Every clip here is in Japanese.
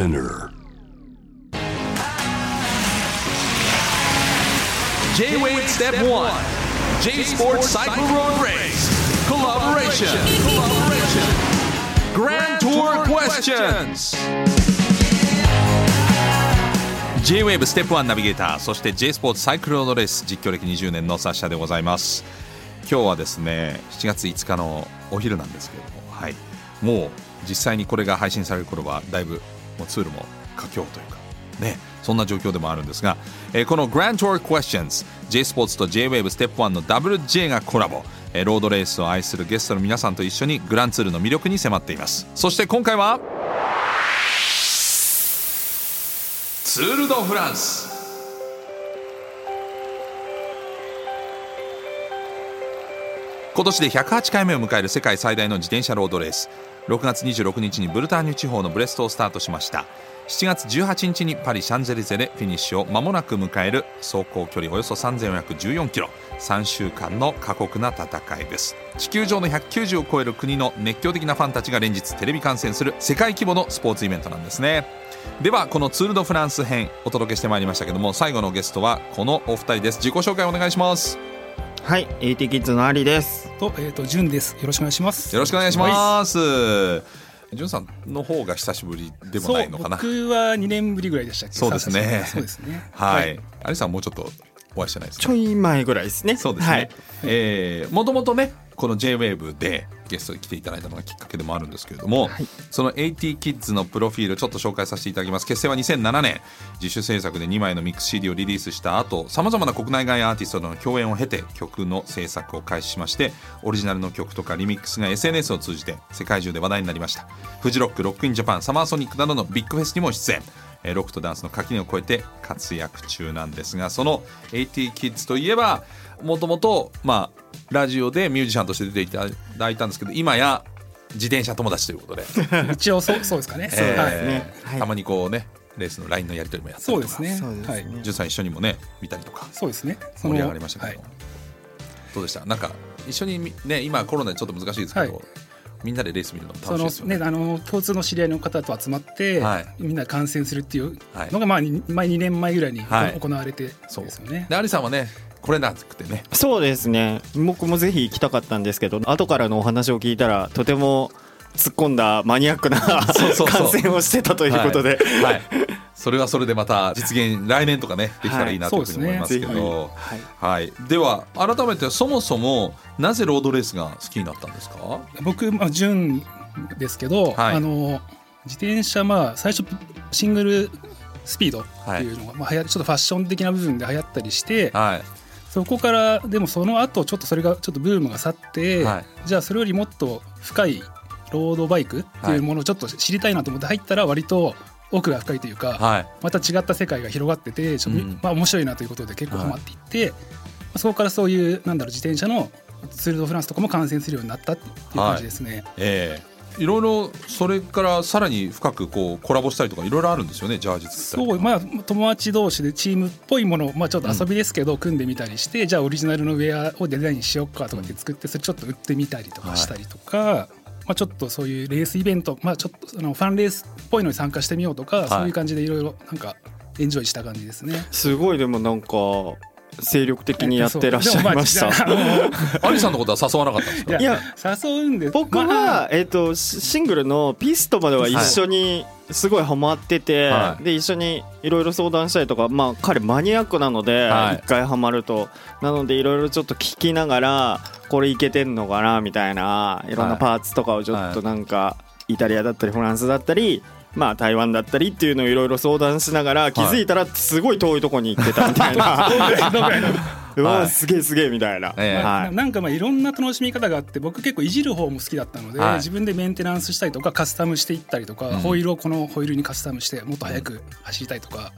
Spinner J-Wave Step 1 J Sports Cycle Road Race Collaboration Grand Tour Questions J-Wave ステップ1ナビゲーター、そして J スポーツサイクルロードレース実況歴20年のサッシャでございます。今日はですね7月5日のお昼なんですけれども、はい、もう実際にこれが配信される頃はだいぶもうツールも佳境というかね、そんな状況でもあるんですが、この Grand Tour Questions J スポーツと J-Wave ステップ1の WJ がコラボ、ロードレースを愛するゲストの皆さんと一緒にグランツールの魅力に迫っています。そして今回はツール・ド・フランス。今年で108回目を迎える世界最大の自転車ロードレース、6月26日にブルターニュ地方のブレストをスタートしました。7月18日にパリ・シャンゼリゼでフィニッシュを間もなく迎える走行距離およそ3414キロ、3週間の過酷な戦いです。地球上の190を超える国の熱狂的なファンたちが連日テレビ観戦する世界規模のスポーツイベントなんですね。ではこのツール・ド・フランス編お届けしてまいりましたけども、最後のゲストはこのお二人です。自己紹介お願いします。 はい、AT キッズのアリですと、ジュンです。よろしくお願いします。 よろしくお願いします。 ジュンさんの方が久しぶりでもないのかな。 僕は2年ぶりぐらいでしたっけ。 そうですね。 そうですね。 はい。アリさんもうちょっとお会いしてないですか。 ちょい前ぐらいですね。 そうですね。もともとねこの J-Wave でゲストに来ていただいたのがきっかけでもあるんですけれども、はい、その AT キッズのプロフィールちょっと紹介させていただきます。結成は2007年、自主制作で2枚のミックス CD をリリースした後、さまざまな国内外アーティストとの共演を経て曲の制作を開始しまして、オリジナルの曲とかリミックスが SNS を通じて世界中で話題になりました。フジロック、ロックインジャパン、サマーソニックなどのビッグフェスにも出演、ロックとダンスの垣根を越えて活躍中なんですが、その AT キッズといえばもともとラジオでミュージシャンとして出ていただいたんですけど、今や自転車友達ということで一応そうですかね。 たまにこうねレースの LINE のやり取りもやったりとか。 そうですね。はい。 ジュンさん一緒にもね見たりとか。 そうですね。 盛り上がりましたけど、はい、どうでした？なんか一緒にね、今コロナでちょっと難しいですけど、はい、みんなでレース見るの楽しいですよね。 共通の知り合いの方と集まって、はい、みんな観戦するっていうのが、2年前ぐらいに行われてですよね。 でアリさんはねこれなくてね。 そうですね、僕もぜひ行きたかったんですけど、後からのお話を聞いたらとても突っ込んだマニアックな観戦をしてたということで、 はいはい、それはそれでまた実現来年とかねできたらいいなというふうに思いますけど、はい、では改めてそもそもなぜロードレースが好きになったんですか？ 僕、純ですけど、はい、自転車最初シングルスピードっていうのが、ちょっとファッション的な部分で流行ったりして、はい、そこからでもその後ちょっとそれがちょっとブームが去って、はい、じゃあそれよりもっと深いロードバイクっていうものをちょっと知りたいなと思って入ったら割と奥が深いというか、はい、また違った世界が広がってて面白いなということで結構ハマっていって、はい、そこからそういう自転車のツール・ド・フランスとかも観戦するようになったっていう感じですね。 いろいろそれからさらに深くこうコラボしたりとかいろいろあるんですよね。ジャージ作ったりとか。 そう、友達同士でチームっぽいものを、ちょっと遊びですけど組んでみたりして、じゃあオリジナルのウェアをデザインしようかとかって作って、それちょっと売ってみたりとかしたりとか、ちょっとそういうレースイベント、ちょっとファンレースっぽいのに参加してみようとか、そういう感じでいろいろエンジョイした感じですね。 すごい。でも精力的にやってらっしゃいました。 アリさんのことは誘わなかったんですか？ いや誘うんです。 僕は、シングルのピストまでは一緒にすごいハマってて、はい、で一緒にいろいろ相談したりとか、彼マニアックなので、一回ハマるとなのでいろいろちょっと聞きながらこれいけてんのかなみたいないろんなパーツとかをちょっとイタリアだったりフランスだったり台湾だったりっていうのをいろいろ相談しながら気づいたらすごい遠いとこに行ってたみたいな、うわすげえすげえみたいな、 いろんな楽しみ方があって、僕結構いじる方も好きだったので、自分でメンテナンスしたりとかカスタムしていったりとか、ホイールをこのホイールにカスタムしてもっと速く走りたいとか、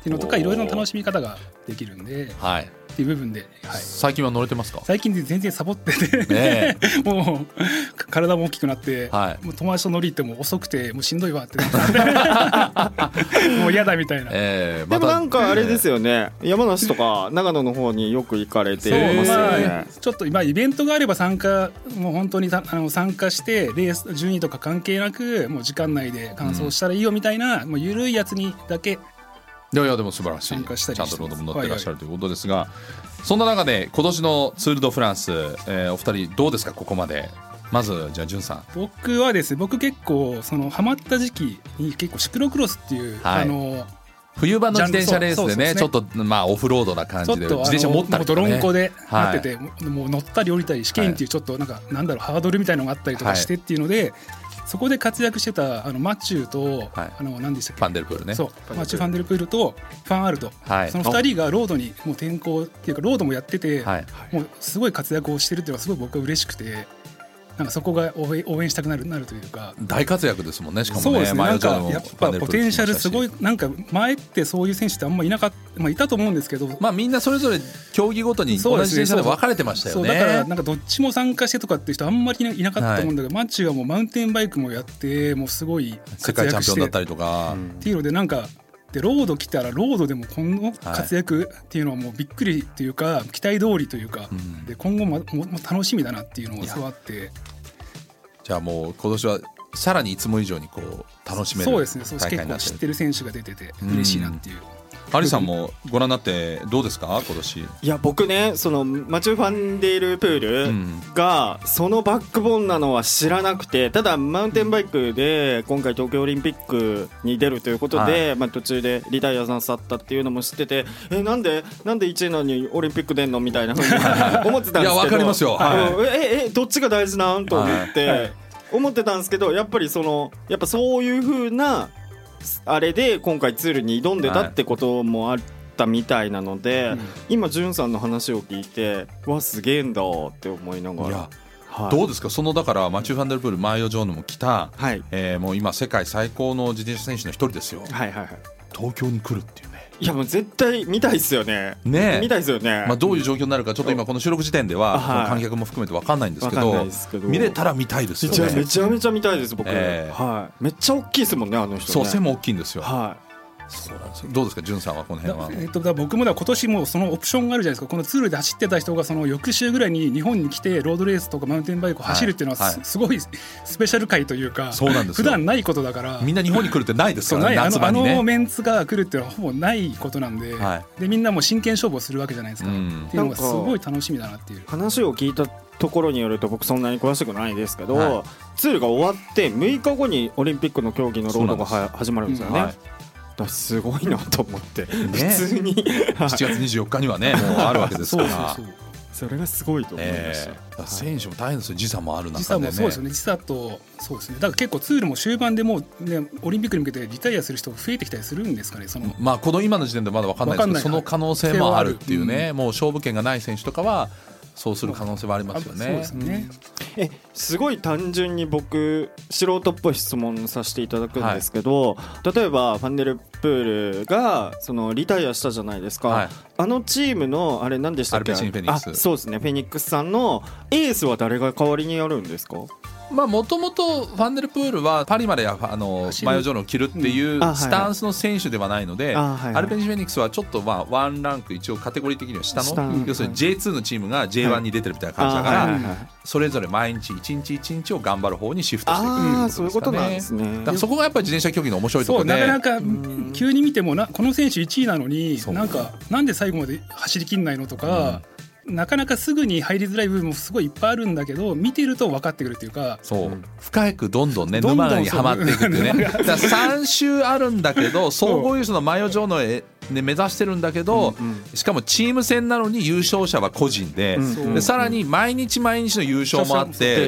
っていうのとかいろいろな楽しみ方ができるんで、はい、っていう部分で、はい、 最近は乗れてますか？ 最近全然サボってて、もう体も大きくなって、はい、もう友達と乗り行っても遅くてもうしんどいわってなってもう嫌だみたいな、 でもなんかあれですよね、山梨とか長野の方によく行かれてますよね。 ちょっと今イベントがあればもう本当に参加してレース順位とか関係なくもう時間内で完走したらいいよみたいな、もう緩いやつにだけいやでも素晴らしい、ちゃんとロードも乗ってらっしゃるということですが、そんな中で今年のツール・ド・フランス、お二人どうですかここまで。まずじゃあ潤さん。 僕はですね、僕結構ハマった時期に結構シクロクロスっていう、はい、 冬場の自転車レースでね、ちょっとまあオフロードな感じで自転車持ったりとかね、 ドロンコでなってて、もう乗ったり降りたり試験っていうちょっとなんだろうハードルみたいのがあったりとかしてっていうので、そこで活躍してたマチューと、何でしたっけ、 ファンデルプールね。 そうマチュー・ファンデルプールとファン・アルト、その2人がロードにもう転向っていうかロードもやってて、もうすごい活躍をしてるっていうのはすごい僕は嬉しくて、なんかそこが応援したくなるというか、 大活躍ですもんね。しかもね、 そうですね、なんかやっぱポテンシャルすごい、なんか前ってそういう選手ってあんまいなかった、まあ、いたと思うんですけど、 まあみんなそれぞれ競技ごとに同じ自転車で分かれてましたよね。 そうだからなんかどっちも参加してとかっていう人あんまりいなかったと思うんだけど、マッチはもうマウンテンバイクもやってもうすごい世界チャンピオンだったりとかっていうので、なんかでロード来たらロードでも今後活躍っていうのはもうびっくりっていうか期待通りというか、で今後も楽しみだなっていうのがすごいあって、 じゃあもう今年はさらにいつも以上にこう楽しめる大会になってる。 そうですね、結構知ってる選手が出てて嬉しいなっていう。 ハリさんもご覧になってどうですか今年。いや僕ね、そのマチュー・ファンデルプールがそのバックボーンなのは知らなくて、ただマウンテンバイクで今回東京オリンピックに出るということで、まあ途中でリタイアなさったっていうのも知ってて、なんで1位なのにオリンピック出んのみたいなふうに思ってたんですけど、いやわかりますよ、 どっちが大事なんと思って思ってたんですけど、やっぱりやっぱそういう風なあれで今回ツールに挑んでたってこともあったみたいなので、今潤さんの話を聞いてわすげえんだって思いながら、 どうですかだからマチュー・ファンデルプール、マイオ・ジョーヌも来た、もう今世界最高の自転車選手の一人ですよ、東京に来るっていうね。 いやもう絶対見たいですよね。見たいですよね。 まあどういう状況になるかちょっと今この収録時点では観客も含めて分かんないんですけど、見れたら見たいですよね。 めちゃめちゃ見たいです僕。めっちゃ大きいですもんね、あの人ね。 そう、背も大きいんですよ。そうなんですよ。どうですか潤さんはこの辺は。 僕も今年もそのオプションがあるじゃないですか。このツールで走ってた人がその翌週ぐらいに日本に来てロードレースとかマウンテンバイクを走るっていうのはすごいスペシャル回というか、普段ないことだから、 みんな日本に来るってないですからね。夏場にね、 メンツが来るっていうのはほぼないことなんで、でみんなも真剣勝負をするわけじゃないですか、っていうのがすごい楽しみだなっていう話を聞いたところによると、僕そんなに詳しくないですけど、ツールが終わって6日後にオリンピックの競技のロードが始まるんですよね。だすごいなと思って、普通に 7月24日にはねもうあるわけですから、 それがすごいと思いました。 選手も大変ですよ、時差もある中でね。 時差もそうですよね、時差とそうですね。だから結構ツールも終盤でもう、ね、オリンピックに向けてリタイアする人が増えてきたりするんですかね。 まあこの今の時点でまだ分かんないですけど、その可能性もあるっていうね、もう勝負権がない選手とかはそうする可能性はありますよね。 そうですね。 すごい単純に僕素人っぽい質問させていただくんですけど、例えばファンデルプールがリタイアしたじゃないですか、あのチームのあれ何でしたっけ、 アルペシンフェニックス。 そうですね、フェニックスさんのエースは誰が代わりにやるんですか。 もともとファンデルプールはパリまでマイオ・ジョーヌを着るっていうスタンスの選手ではないので、アルペンシンフェニックスはちょっとワンランク一応カテゴリー的には下の、要するに J2 のチームが J1 に出てるみたいな感じだから、それぞれ毎日一日一日を頑張る方にシフトしていくっていうことですかね。 そういうことなんですね。 だからそこがやっぱり自転車競技の面白いところで、 なかなか急に見てもこの選手1位なのになんで最後まで走りきんないのとか、なかなかすぐに入りづらい部分もすごいいっぱいあるんだけど、見てると分かってくるっていうか、 深くどんどんね沼にはまっていくっていうね。だから3周あるんだけど総合優勝のマイオ・ジョーヌを目指してるんだけど、しかもチーム戦なのに優勝者は個人で、さらに毎日毎日の優勝もあって、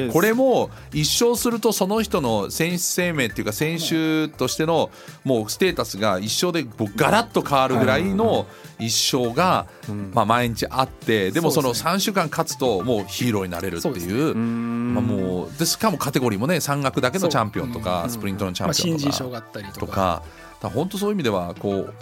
これも1勝するとその人の選手生命っていうか選手としてのもうステータスが一勝でガラッと変わるぐらいの1勝が毎日あって、でもその3週間勝つともうヒーローになれるっていう、もうでしかもカテゴリーもね山岳だけのチャンピオンとかスプリントのチャンピオンとか、 新人賞があったりとか、 本当そういう意味ではこう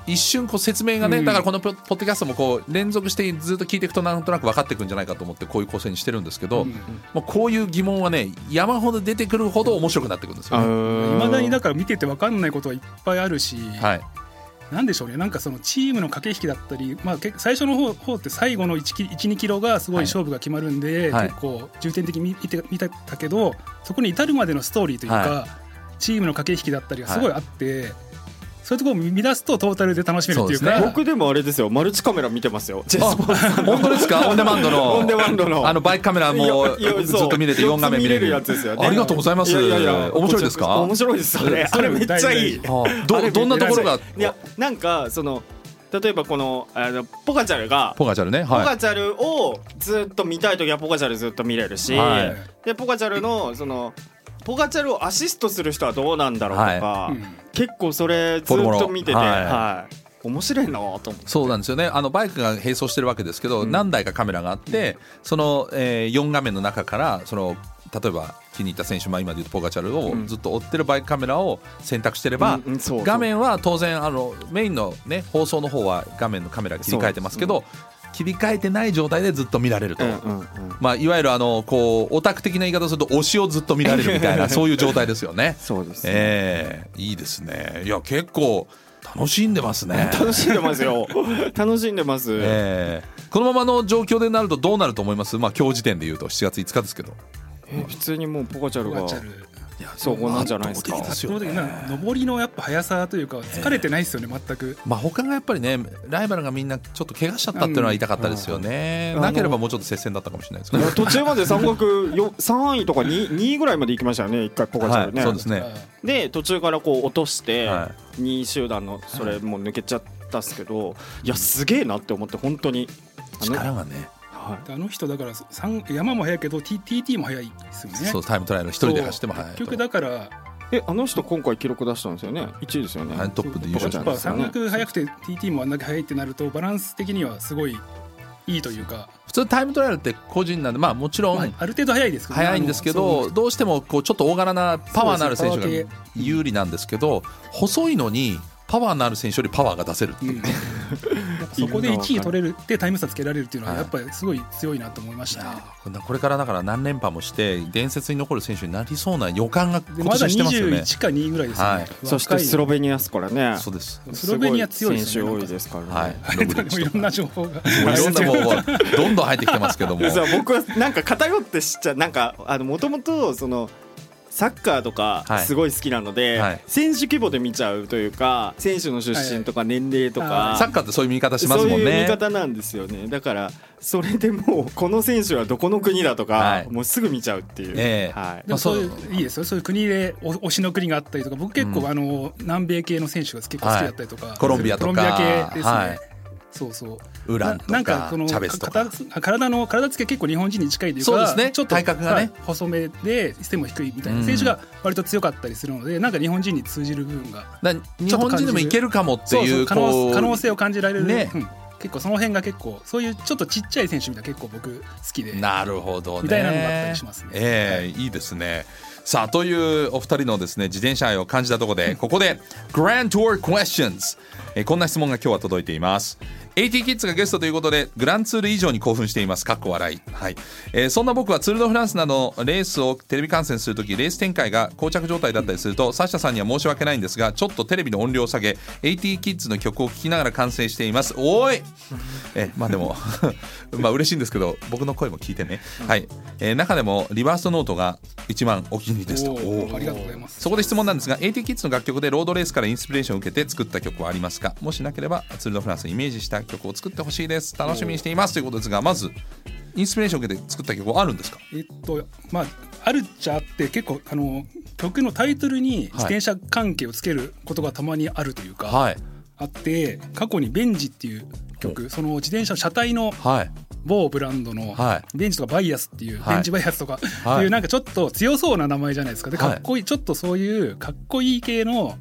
一瞬こう説明がね、だからこのポッドキャストもこう連続してずっと聞いていくとなんとなく分かっていくんじゃないかと思ってこういう構成にしてるんですけど、もうこういう疑問はね山ほど出てくるほど面白くなってくるんですよね。 未だにだから見てて分かんないことはいっぱいあるし、なんでしょうね、なんかそのチームの駆け引きだったり、最初の方って最後の 1,2 キロがすごい勝負が決まるんで、結構重点的に見てたけど、そこに至るまでのストーリーというか、チームの駆け引きだったりがすごいあって、そういうところを見出すとトータルで楽しめるっていうか、 僕でもあれですよ、マルチカメラ見てますよ。 本当ですか？オンデマンドのバイクカメラもずっと見れて4画面見れるやつですよね。 ありがとうございます。面白いですか？ 面白いです。あれめっちゃいい。 どんなところが？ いやなんかその例えばこのポカチャルがポカチャルをずっと見たいときはポカチャルずっと見れるし、でポカチャルのそのポガチャルをアシストする人はどうなんだろうとか、結構それずっと見てて、面白いなと思って。 そうなんですよね。バイクが並走してるわけですけど、何台かカメラがあって、その、4画面の中からその例えば気に入った選手、今で言うとポガチャルをずっと追ってるバイクカメラを選択してれば、画面は当然メインの、ね、放送の方は画面のカメラ切り替えてますけど、切り替えてない状態でずっと見られると、いわゆるこうオタク的な言い方をすると推しをずっと見られるみたいなそういう状態ですよね。 そうですね、 いいですね。いや結構楽しんでますね。 楽しんでますよ。楽しんでます、 このままの状況でなるとどうなると思います？今日時点で言うと7月5日ですけど、 普通にもうポカチャルがそうなんじゃないですか。 上りのやっぱ速さというか疲れてないですよね、全く。 他がやっぱりねライバルがみんなちょっと怪我しちゃったっていうのは痛かったですよね。なければもうちょっと接戦だったかもしれないですけど、 途中まで山岳3位とか 2位ぐらいまで行きましたよね、1回ポカチャルね。 そうですね。 で途中からこう落として2位集団のそれもう抜けちゃったっすけど、いやすげえなって思って、本当に力がね。 あの人だから山も速いけど TT も速いですよね。 そう、タイムトライアル一人で走っても速い。 結局だからあの人今回記録出したんですよね。1位ですよね。 トップで優勝したんですよね。 山岳速くて TT もあんだけ速いってなるとバランス的にはすごいいいというか、 普通タイムトライアルって個人なんで、もちろんある程度速いですけど、 速いんですけど、どうしてもこうちょっと大柄なパワーのある選手が有利なんですけど、細いのにパワーのある選手よりパワーが出せるっていう、 そこで1位取れるってタイム差つけられるっていうのはやっぱりすごい強いなと思いましたね。 これからだから何連覇もして伝説に残る選手になりそうな予感が今年してますよね。 まだ21か2ぐらいですね。 そしてスロベニアですからね。 そうです。 スロベニア強いですね。 選手多いですからね。 いろんな情報がいろんなもうどんどん入ってきてますけども僕はなんか偏って知っちゃう。なんかもともとそのサッカーとかすごい好きなので、選手規模で見ちゃうというか、選手の出身とか年齢とか、 サッカーってそういう見方しますもんね。 そういう見方なんですよね。だからそれでもうこの選手はどこの国だとか、もうすぐ見ちゃうっていう、 でもそういういいですよ。そういう国で推しの国があったりとか、僕結構南米系の選手が結構好きだったりとか、 コロンビアとかコロンビア系ですね。そうウランとかなんかこのチャベスとか体つき結構日本人に近いというか、 そうですね、 ちょっと体格がね、 細めで背も低いみたいな選手が割と強かったりするので、なんか日本人に通じる部分が日本人でもいけるかもっていう可能性を感じられるね。結構その辺が結構そういうちょっとちっちゃい選手みたいな結構僕好きで、 なるほどね、 みたいなのがあったりしますね。 いいですね。さあというお二人のですね自転車愛を感じたところでここで Grand Tour Questions、こんな質問が今日は届いています。AT キッズがゲストということでグランツール以上に興奮しています。かっこ笑い、そんな僕はツール・ド・フランスなどレースをテレビ観戦するとき、レース展開が膠着状態だったりするとサッシャさんには申し訳ないんですが、ちょっとテレビの音量を下げ AT キッズの曲を聴きながら観戦しています。おいでも嬉しいんですけど僕の声も聞いてね、中でもリバーストノートが一番お気に入りですと。 ありがとうございます。 そこで質問なんですが、 AT キッズの楽曲でロードレースからインスピレーションを受けて作った曲はありますか？もしなければツール・ド・フランスをイメージした曲を作ってほしいです。楽しみにしていますということですが、まずインスピレーションを受けて作った曲はあるんですか？ あるっちゃあって、結構曲のタイトルに自転車関係をつけることがたまにあるというか、あって、過去にベンジっていう曲、その自転車車体の某ブランドのベンジとかバイアスっていう、ベンジバイアスとかっていうなんかちょっと強そうな名前じゃないですか。でかっこいい、ちょっとそういうかっこいい系の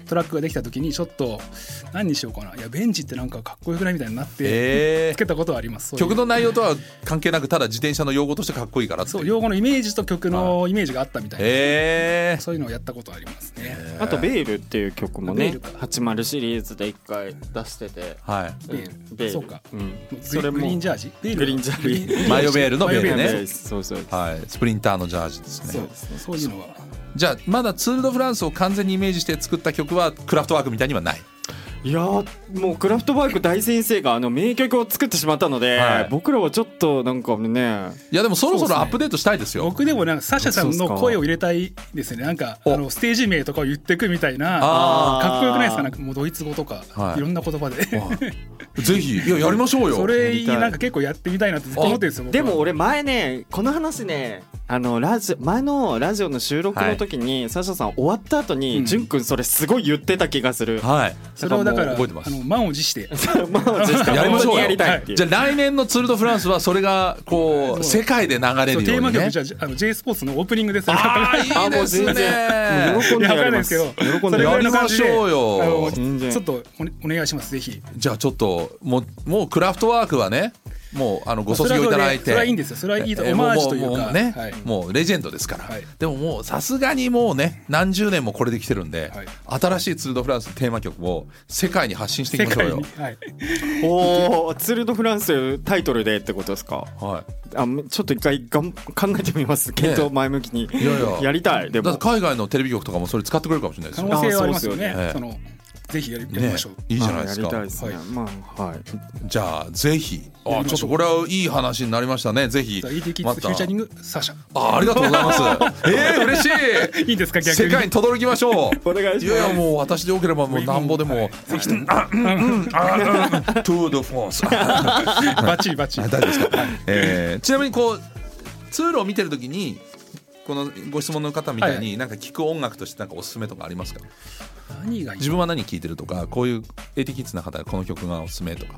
トラックができた時にちょっと何にしようかな、いやベンチってなんかかっこよくないみたいになってつけたことはあります。 曲の内容とは関係なくただ自転車の用語としてかっこいいからっていう、 そう用語のイメージと曲のイメージがあったみたいな、そういうのをやったことありますね。 あとベールっていう曲もね80シリーズで1回出してて、 はい、 ベールそうか、それもグリーンジャージ、 グリーンジャージマヨベールのベールね、 そうそう、 はい、スプリンターのジャージですね。 そうですね、そういうのは。 じゃあまだツール・ド・フランスを完全にイメージして作った曲はクラフトワークみたいにはない？ いやもうクラフトワーク大先生が名曲を作ってしまったので、はい、僕らはちょっとなんかね、 いやでもそろそろアップデートしたいですよ。 僕でもなんかサシャさんの声を入れたいですね。なんかステージ名とかを言ってくみたいな、かっこよくないですか？なんかもうドイツ語とか、はい、いろんな言葉でぜひやりましょうよ。 それなんか結構やってみたいなってずっと思ってるんですよ。 でも俺前ねこの話ね前のラジオの収録の時に、はい、サシャさん終わった後にジュン君それすごい言ってた気がする、 はい、 それをだから満を持してやりましょうよ。 やりたいっていう。 じゃあ来年のツール・ド・フランスはそれがこう世界で流れるようにね。 テーマ曲じゃあJ スポーツのオープニングです。 ああいいですね。 喜んでやります。 喜んでやりましょうよ。 ちょっとお願いしますぜひ。 じゃあちょっともうクラフトワークはね、もうご卒業いただいて、 それはいいんですよ。それはいいとオマージュというかね、もうレジェンドですから、でももうさすがにもうね何十年もこれできてるんで、新しいツール・ド・フランステーマ曲を世界に発信していきましょうよ。 おツール・ド・フランスタイトルでってことですか？はい。ちょっと一回考えてみます。検討前向きにやりたい。でもだって海外のテレビ局とかもそれ使ってくれるかもしれないですよ。 可能性はありますよね。ぜひやりましょう。 いいじゃないですか。じゃあぜひ、ちょっとこれはいい話になりましたね。ぜひまたフューチャリングサシャ。 ありがとうございます。嬉しい。 いいですか？逆に世界に轟きましょう。 お願いします。 いやもう私でよければもうなんぼでもぜひともトゥードフォース。 バッチリバッチリ。 大丈夫ですか？ちなみにこうツールを見てるときにこのご質問の方みたいになんか聴く音楽としてなんかおすすめとかありますか？ 何がいい？ 自分は何聴いてるとか、こういう AT キッズな方はこの曲がおすすめとか。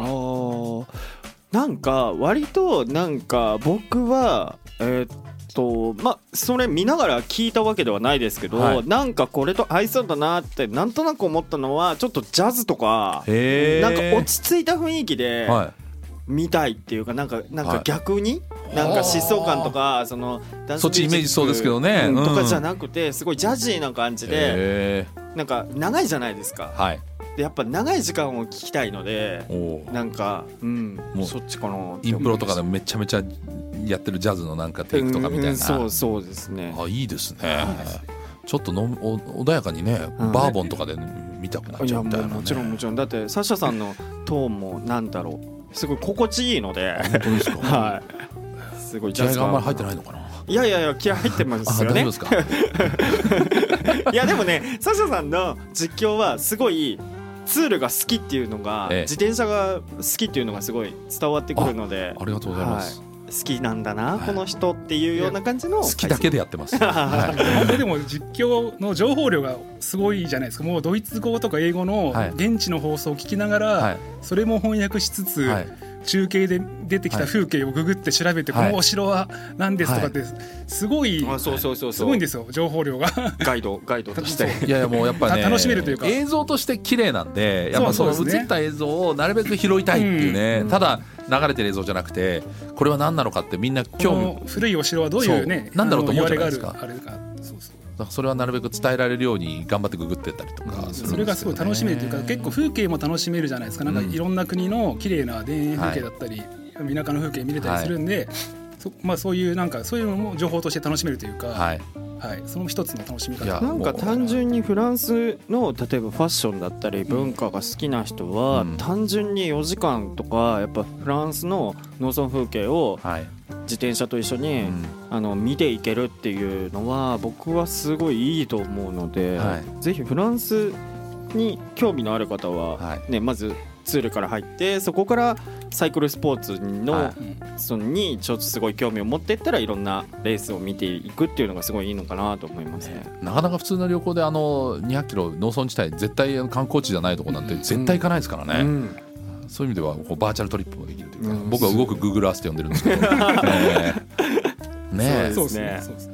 なんか割となんか僕はそれ見ながら聞いたわけではないですけど、なんかこれと合いそうだなってなんとなく思ったのはちょっとジャズとかなんか落ち着いた雰囲気で見たいっていうか、なんか逆になんか疾走感とかそのダンスミュージックそっちイメージそうですけどね、 とかじゃなくてすごいジャジーな感じで、なんか長いじゃないですか。はい。でやっぱ長い時間を聞きたいので、なんかもうそっちかな。 インプロとかでめちゃめちゃやってるジャズのなんかテイクとかみたいな。 そうですね。 いいですね。ちょっと穏やかにね、バーボンとかで見たくなっちゃうみたいなね。 もちろんだってサッシャさんのトーンもなんだろう、すごい心地いいので。 本当ですか？ はい。すごい気合があんまり入ってないのかな。 いや気合入ってますよね。 大丈夫ですか？ いやでもね、サシャさんの実況はすごいツールが好きっていうのが、自転車が好きっていうのがすごい伝わってくるので、 ありがとうございます。 好きなんだな、この人っていうような感じの好きだけでやってます。 でも実況の情報量がすごいじゃないですか。もうドイツ語とか英語の現地の放送を聞きながら、それも翻訳しつつ、中継で出てきた風景をググって調べて、このお城は何ですとかってすごいすごいんですよ、情報量が。 ガイドとして。 いやもうやっぱね、 楽しめるというか映像として綺麗なんで、やっぱその映った映像をなるべく拾いたいっていうね。ただ流れてる映像じゃなくて、これは何なのかってみんな興味、 古いお城はどういうね、 なんだろうと思うじゃないですか。それはなるべく伝えられるように頑張ってググってったりとかするんですよね。 それがすごい楽しめるというか、結構風景も楽しめるじゃないですか。なんかいろんな国の綺麗な田園風景だったり、田舎の風景見れたりするんで、そういうなんかそういうのも情報として楽しめるというか、その一つの楽しみ方。 なんか単純にフランスの例えばファッションだったり文化が好きな人は、単純に4時間とかやっぱフランスの農村風景を自転車と一緒に、見ていけるっていうのは僕はすごいいいと思うので、ぜひフランスに興味のある方は、まずツールから入って、そこからサイクルスポーツの、そのにちょっとすごい興味を持っていったら、いろんなレースを見ていくっていうのがすごいいいのかなと思いますね。 なかなか普通の旅行で200キロ農村地帯、絶対観光地じゃないとこなんて絶対行かないですからね。そういう意味ではこうバーチャルトリップもできるというか、僕は動く Google Earth って呼んでるんですけど。 そうですね。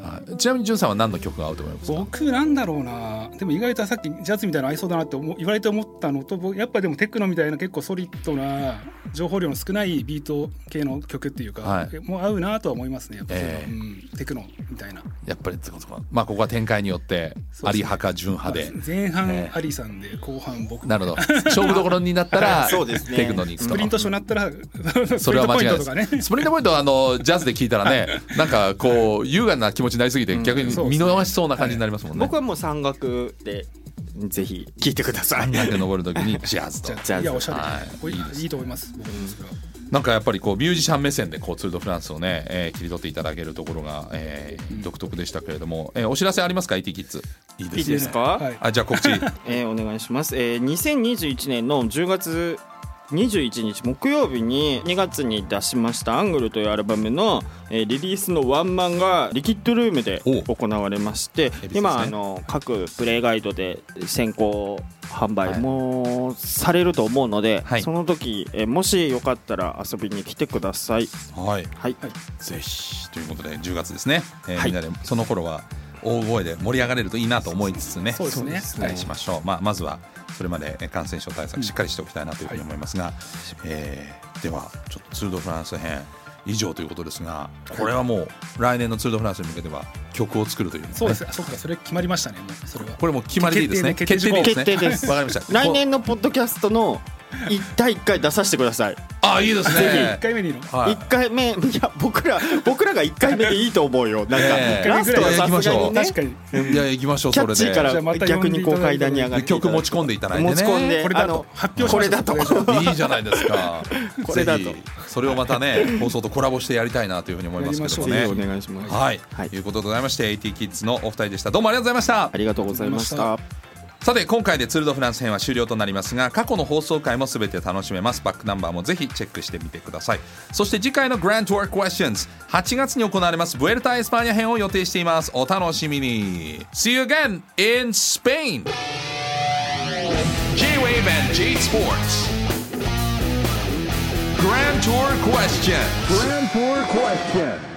はい、ちなみにジュンさんは何の曲が合うと思いますか？ 僕なんだろうな、でも意外とさっきジャズみたいなの合いそうだなって言われて思ったのと、やっぱでもテクノみたいな結構ソリッドな情報量の少ないビート系の曲っていうか、はい、もう合うなとは思いますねやっぱり、テクノみたいな。 やっぱりまあここは展開によってアリ派かジュン派で、 前半アリさんで後半僕。 なるほど。勝負どころになったらそうです、ね、テクノに行くと。 スプリントショーになったらそれは間違いないです。スプリントポイントはジャズで聞いたらねなんかこう優雅な気持ちになりすぎて逆に見逃しそうな感じになりますもんね。 僕はもう山岳でぜひ聴いてください。 山岳登るときにジャズと。 いやおしゃれ、はい、いいと思います。 なんかやっぱりこうミュージシャン目線でこうツール・ド・フランスをね、切り取っていただけるところが、独特でしたけれども、お知らせありますか IT キッズ。 いいですか、 はい、じゃあ告知、 お願いします。2021年の10月21日木曜日に2月に出しましたアングルというアルバムのリリースのワンマンがリキッドルームで行われまして、今各プレイガイドで先行販売もされると思うので、はい、その時もしよかったら遊びに来てください。 はい、はい、ぜひということで10月ですね、みんなでその頃は大声で盛り上がれるといいなと思いつつね、 そうですね、 期待しましょう。まずはそれまで感染症対策しっかりしておきたいなというふうに思いますが、ではちょっとツール・ド・フランス編以上ということですが、これはもう来年のツール・ド・フランスに向けては曲を作るという、ね、 そうです。そうか、それ決まりましたね。もうそれはこれもう決まりでいいですね。 決定です。 わかりました。 来年のポッドキャストの第1回出させてください。 あ、いいですね。 ぜひ1回目でいいの、 はい、1回目、いや僕らが1回目でいいと思うよ。なんか、ラストはさすがにね、確かに、 いや行きましょう。 キャッチーから逆にこう階段に上がって曲持ち込んでいただいてね、 持ち込んでこれだと発表しましょう。 これだといいじゃないですか。 これだとそれをまたね放送とコラボしてやりたいなというふうに思いますけどもね。 お願いします。 はい、ということでございまして AT キッズのお二人でした。どうもありがとうございました。 ありがとうございました。 さて今回でツール・ド・フランス編は終了となりますが、過去の放送回も全て楽しめます。バックナンバーもぜひチェックしてみてください。そして次回の Grand Tour Questions 8月に行われますブエルタ・エスパーニャ編を予定しています。お楽しみに。 See you again in Spain. J-Wave and J Sports Grand Tour Question.